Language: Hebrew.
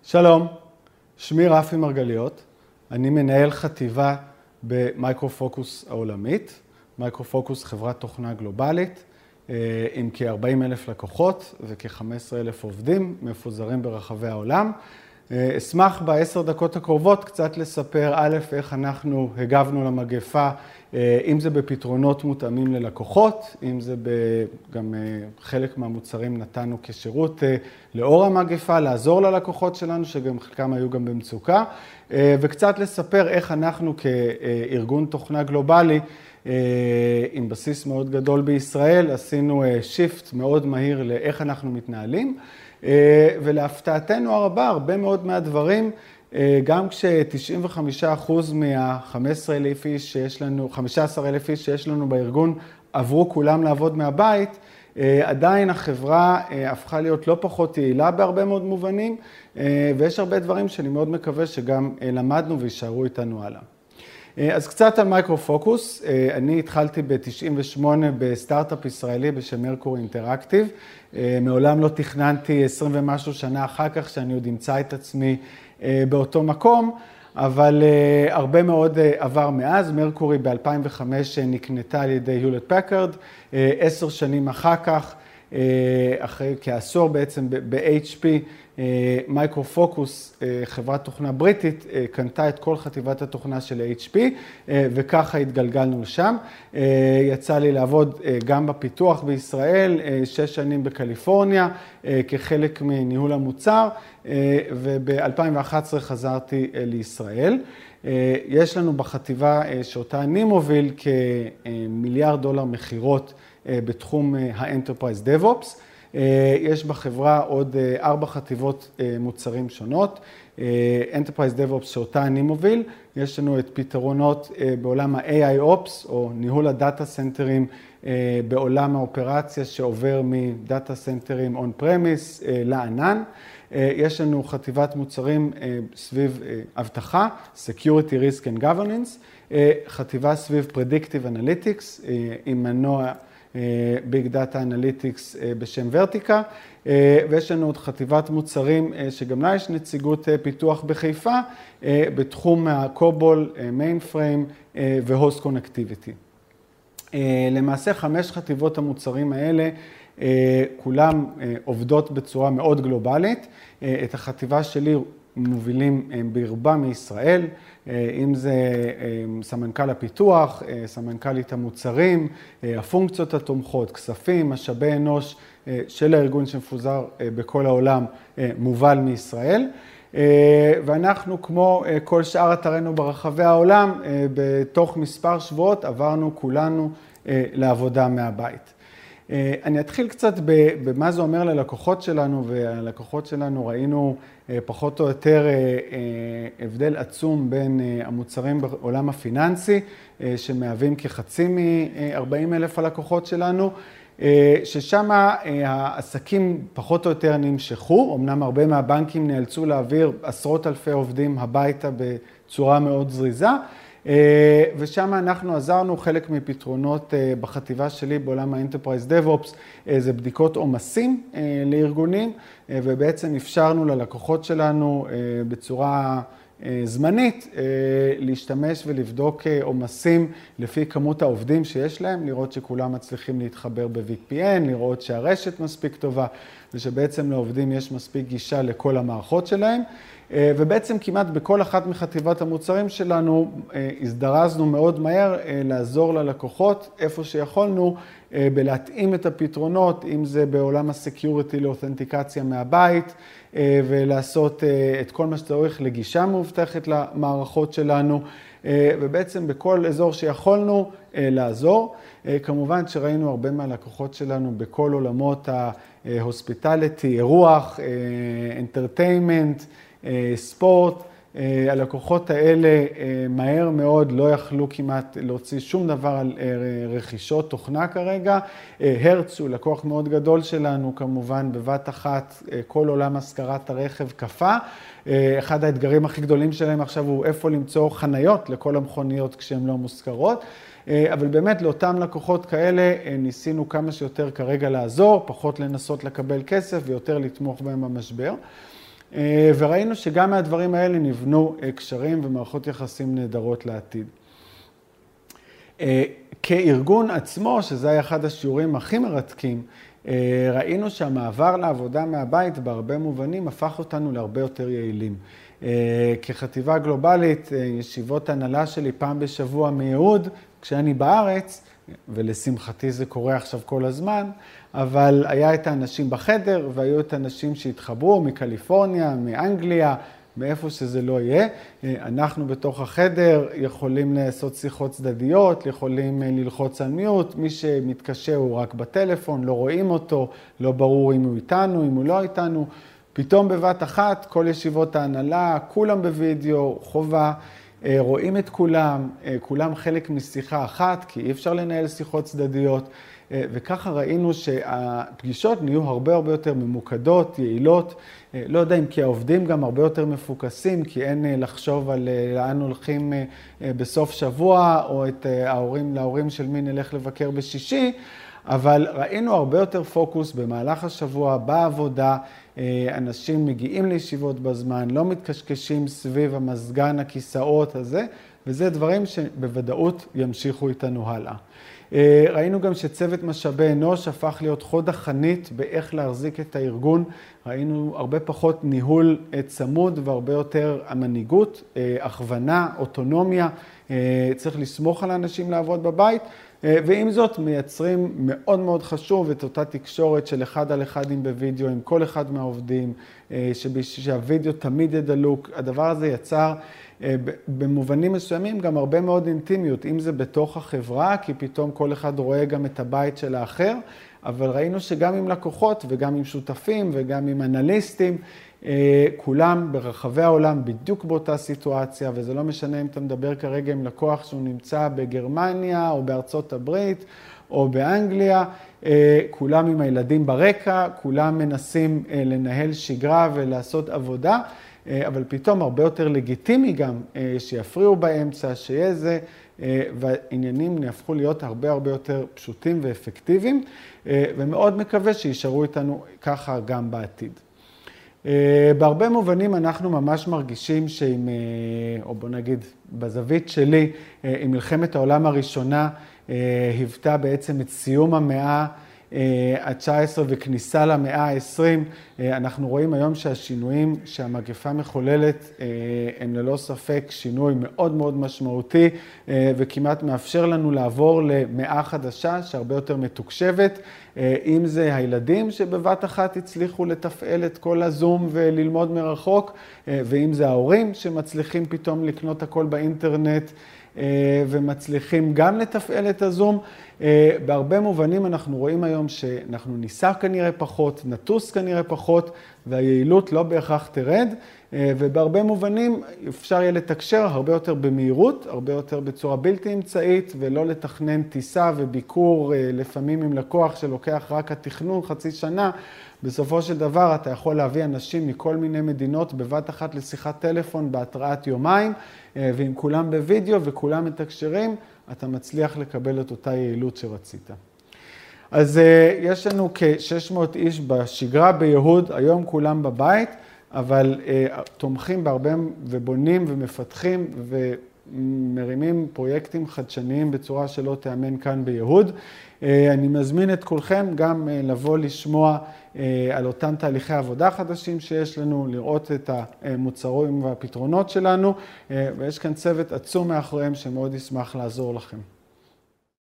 שלום, שמי רפי מרגליות, אני מנהל חטיבה במייקרופוקוס העולמית. מייקרופוקוס חברת תוכנה גלובלית עם כ-40,000 לקוחות וכ-15,000 עובדים מפוזרים ברחבי העולם. אשמח ב10 דקות הקרובות קצת לספר איך אנחנו הגבנו למגפה, אם זה בפתרונות מותאמים ללקוחות, אם זה גם חלק מהמוצרים נתנו כשירות לאור המגפה, לעזור ללקוחות שלנו, שגם חלקם היו גם במצוקה, וקצת לספר איך אנחנו כארגון תוכנה גלובלי, עם בסיס מאוד גדול בישראל, עשינו שיפט מאוד מהיר לאיך אנחנו מתנהלים, ולהפתעתנו הרבה מאוד מהדברים, גם כש-95% מה-15,000 איש שיש לנו בארגון עברו כולם לעבוד מהבית, עדיין החברה הפכה להיות לא פחות יעילה בהרבה מאוד מובנים, ויש הרבה דברים שאני מאוד מקווה שגם למדנו וישארו איתנו הלאה. אז קצת על מייקרופוקוס, אני התחלתי ב-98 בסטארט-אפ ישראלי בשם מרקורי אינטראקטיב, מעולם לא תכננתי 20 ומשהו שנה אחר כך שאני עוד אמצא את עצמי באותו מקום, אבל הרבה מאוד עבר מאז. מרקורי ב-2005 נקנתה על ידי היולט פקארד, 10 שנים אחר כך, אחרי כעשור בעצם ב-HP, מייקרופוקוס, חברת תוכנה בריטית, קנתה את כל חטיבת התוכנה של HP, וככה התגלגלנו לשם. יצא לי לעבוד גם בפיתוח בישראל, 6 שנים בקליפורניה, כחלק מניהול המוצר, וב-2011 חזרתי לישראל. יש לנו בחטיבה שאותה אני מוביל כמיליארד דולר מחירות בתחום ה-Enterprise DevOps. יש בחברה עוד 4 חטיבות מוצרים שונות. Enterprise DevOps שאותה אני מוביל, יש לנו את פתרונות בעולם ה-AIOps או ניהול הדאטה סנטרים בעולם האופרציה שעובר מדאטה סנטרים on-premise לענן. יש לנו חטיבת מוצרים סביב אבטחה, Security Risk and Governance, חטיבה סביב Predictive Analytics עם מנוע ביג דאטה אנליטיקס בשם ורטיקה, ויש לנו עוד חטיבת מוצרים שגם לה יש נציגות פיתוח בחיפה, בתחום הקובול, מיינפריים והוסט קונקטיביטי. למעשה 5 חטיבות המוצרים האלה, כולם עובדות בצורה מאוד גלובלית. את החטיבה שלי מובילים ברבה מישראל, אם זה סמנכ"ל הפיתוח, סמנכ"לית המוצרים, הפונקציות התומכות, כספים, משאבי אנוש של הארגון שמפוזר בכל העולם מובל מישראל. ואנחנו כמו כל שאר אתרינו ברחבי העולם, בתוך מספר שבועות עברנו כולנו לעבודה מהבית. אני אתחיל קצת במה זה אומר ללקוחות שלנו, והלקוחות שלנו ראינו פחות או יותר הבדל עצום בין המוצרים בעולם הפיננסי, שמהווים כחצי מ-40,000 הלקוחות שלנו, ששם העסקים פחות או יותר נמשכו, אמנם הרבה מהבנקים נאלצו להעביר עשרות אלפי עובדים הביתה בצורה מאוד זריזה, ושם אנחנו עזרנו חלק מפתרונות בחטיבה שלי בעולם ה-Enterprise DevOps, זה בדיקות עומסים לארגונים, ובעצם אפשרנו ללקוחות שלנו בצורה זמנית להשתמש ולבדוק עומסים לפי כמות העובדים שיש להם, לראות שכולם מצליחים להתחבר ב-VPN, לראות שהרשת מספיק טובה, ושבעצם לעובדים יש מספיק גישה לכל המערכות שלהם. ובעצם כמעט בכל אחת מחטיבת המוצרים שלנו הזדרזנו מאוד מהר לעזור ללקוחות איפה שיכולנו בלהתאים את הפתרונות, אם זה בעולם הסקיוריטי לאותנטיקציה מהבית, ולעשות את כל מה שצריך לגישה מאובטחת למערכות שלנו, ובעצם בכל אזור שיכולנו לעזור. כמובן שראינו הרבה מהלקוחות שלנו בכל עולמות ה-hospitality, אירוח, entertainment, ספורט. הלקוחות האלה מהר מאוד לא יכלו כמעט להוציא שום דבר על רכישות תוכנה כרגע. הרץ הוא לקוח מאוד גדול שלנו, כמובן בבת אחת כל עולם השכרת הרכב קפא. אחד האתגרים הכי גדולים שלהם עכשיו הוא איפה למצוא חניות לכל המכוניות כשהן לא מושכרות. אבל באמת לאותם לקוחות כאלה ניסינו כמה שיותר כרגע לעזור, פחות לנסות לקבל כסף ויותר לתמוך בהם במשבר. וראינו שגם מהדברים האלה נבנו קשרים ומערכות יחסים נהדרות לעתיד. כארגון עצמו, שזה היה אחד השיעורים הכי מרתקים, ראינו שהמעבר לעבודה מהבית בהרבה מובנים הפך אותנו להרבה יותר יעילים. כחטיבה גלובלית, ישיבות הנהלה שלי פעם בשבוע מיהוד, כשאני בארץ, ולשמחתי זה קורה עכשיו כל הזמן, אבל היה את האנשים בחדר והיו את האנשים שהתחברו מקליפורניה, מאנגליה, מאיפה שזה לא יהיה. אנחנו בתוך החדר יכולים לעשות שיחות צדדיות, יכולים ללחוץ על מיוט, מי שמתקשה הוא רק בטלפון, לא רואים אותו, לא ברור אם הוא איתנו, אם הוא לא איתנו. פתאום בבת אחת, כל ישיבות ההנהלה, כולם בווידאו, חובה, רואים את כולם, כולם חלק משיחה אחת, כי אי אפשר לנהל שיחות צדדיות, וככה ראינו שהפגישות נהיו הרבה יותר ממוקדות, יעילות, לא יודע אם כי העובדים גם הרבה יותר מפוקסים, כי אין לחשוב על לאן הולכים בסוף שבוע, או את להורים של מי נלך לבקר בשישי, אבל ראינו הרבה יותר פוקוס במהלך השבוע, בעבודה, אנשים מגיעים לישיבות בזמן, לא מתקשקשים סביב המזגן, הכיסאות הזה, וזה דברים שבוודאות ימשיכו איתנו הלאה. ראינו גם שצוות משאבי אנוש הפך להיות חוד החנית באיך להחזיק את הארגון. ראינו הרבה פחות ניהול צמוד והרבה יותר המנהיגות, הכוונה, אוטונומיה. צריך לסמוך על האנשים לעבוד בבית. ועם זאת מייצרים מאוד חשוב את אותה תקשורת של אחד על אחד בווידאו עם כל אחד מהעובדים, שהווידאו תמיד ידלוק. הדבר הזה יצר במובנים מסוימים גם הרבה מאוד אינטימיות, אם זה בתוך החברה, כי פתאום כל אחד רואה גם את הבית של האחר, אבל ראינו שגם עם לקוחות וגם עם שותפים וגם עם אנליסטים, כולם ברחבי העולם בדיוק באותה סיטואציה, וזה לא משנה אם אתה מדבר כרגע עם לקוח שהוא נמצא בגרמניה או בארצות הברית או באנגליה, כולם עם הילדים ברקע, כולם מנסים לנהל שגרה ולעשות עבודה, אבל פתאום הרבה יותר לגיטימי גם שיפריעו באמצע, שיהיה זה, והעניינים נהפכו להיות הרבה יותר פשוטים ואפקטיביים, ומאוד מקווה שישארו איתנו ככה גם בעתיד. בהרבה מובנים אנחנו ממש מרגישים שעם, או בוא נגיד בזווית שלי, עם מלחמת העולם הראשונה, היוותה בעצם את סיום המאה ה-19 וכניסה למאה ה-20. אנחנו רואים היום שהשינויים שהמגפה מחוללת הם ללא ספק שינוי מאוד משמעותי, וכמעט מאפשר לנו לעבור למאה חדשה שהרבה יותר מתוקשבת, אם זה הילדים שבבת אחת הצליחו לתפעל את כל הזום וללמוד מרחוק, ואם זה ההורים שמצליחים פתאום לקנות הכל באינטרנט, ומצליחים גם לתפעל את הזום. בהרבה מובנים אנחנו רואים היום שאנחנו ניסע כנראה פחות, נטוס כנראה פחות, והיעילות לא בהכרח תרד, ובהרבה מובנים אפשר יהיה לתקשר הרבה יותר במהירות, הרבה יותר בצורה בלתי אמצעית, ולא לתכנן טיסה וביקור לפעמים עם לקוח שלוקח רק התכנון חצי שנה. בסופו של דבר אתה יכול להביא אנשים מכל מיני מדינות בבת אחת לשיחת טלפון בהתראת יומיים, ועם כולם בווידאו וכולם מתקשרים, אתה מצליח לקבל את אותה יעילות שרצית. אז יש לנו כ-600 איש בשגרה ביהוד, היום כולם בבית, אבל תומכים בהרבה ובונים ומפתחים ומרימים פרויקטים חדשניים בצורה שלא תאמן כאן ביהוד. אני מזמין את כולכם גם לבוא לשמוע על אותם תהליכי עבודה חדשים שיש לנו, לראות את המוצרים והפתרונות שלנו, ויש כאן צוות עצום מאחוריהם שמאוד ישמח לעזור לכם.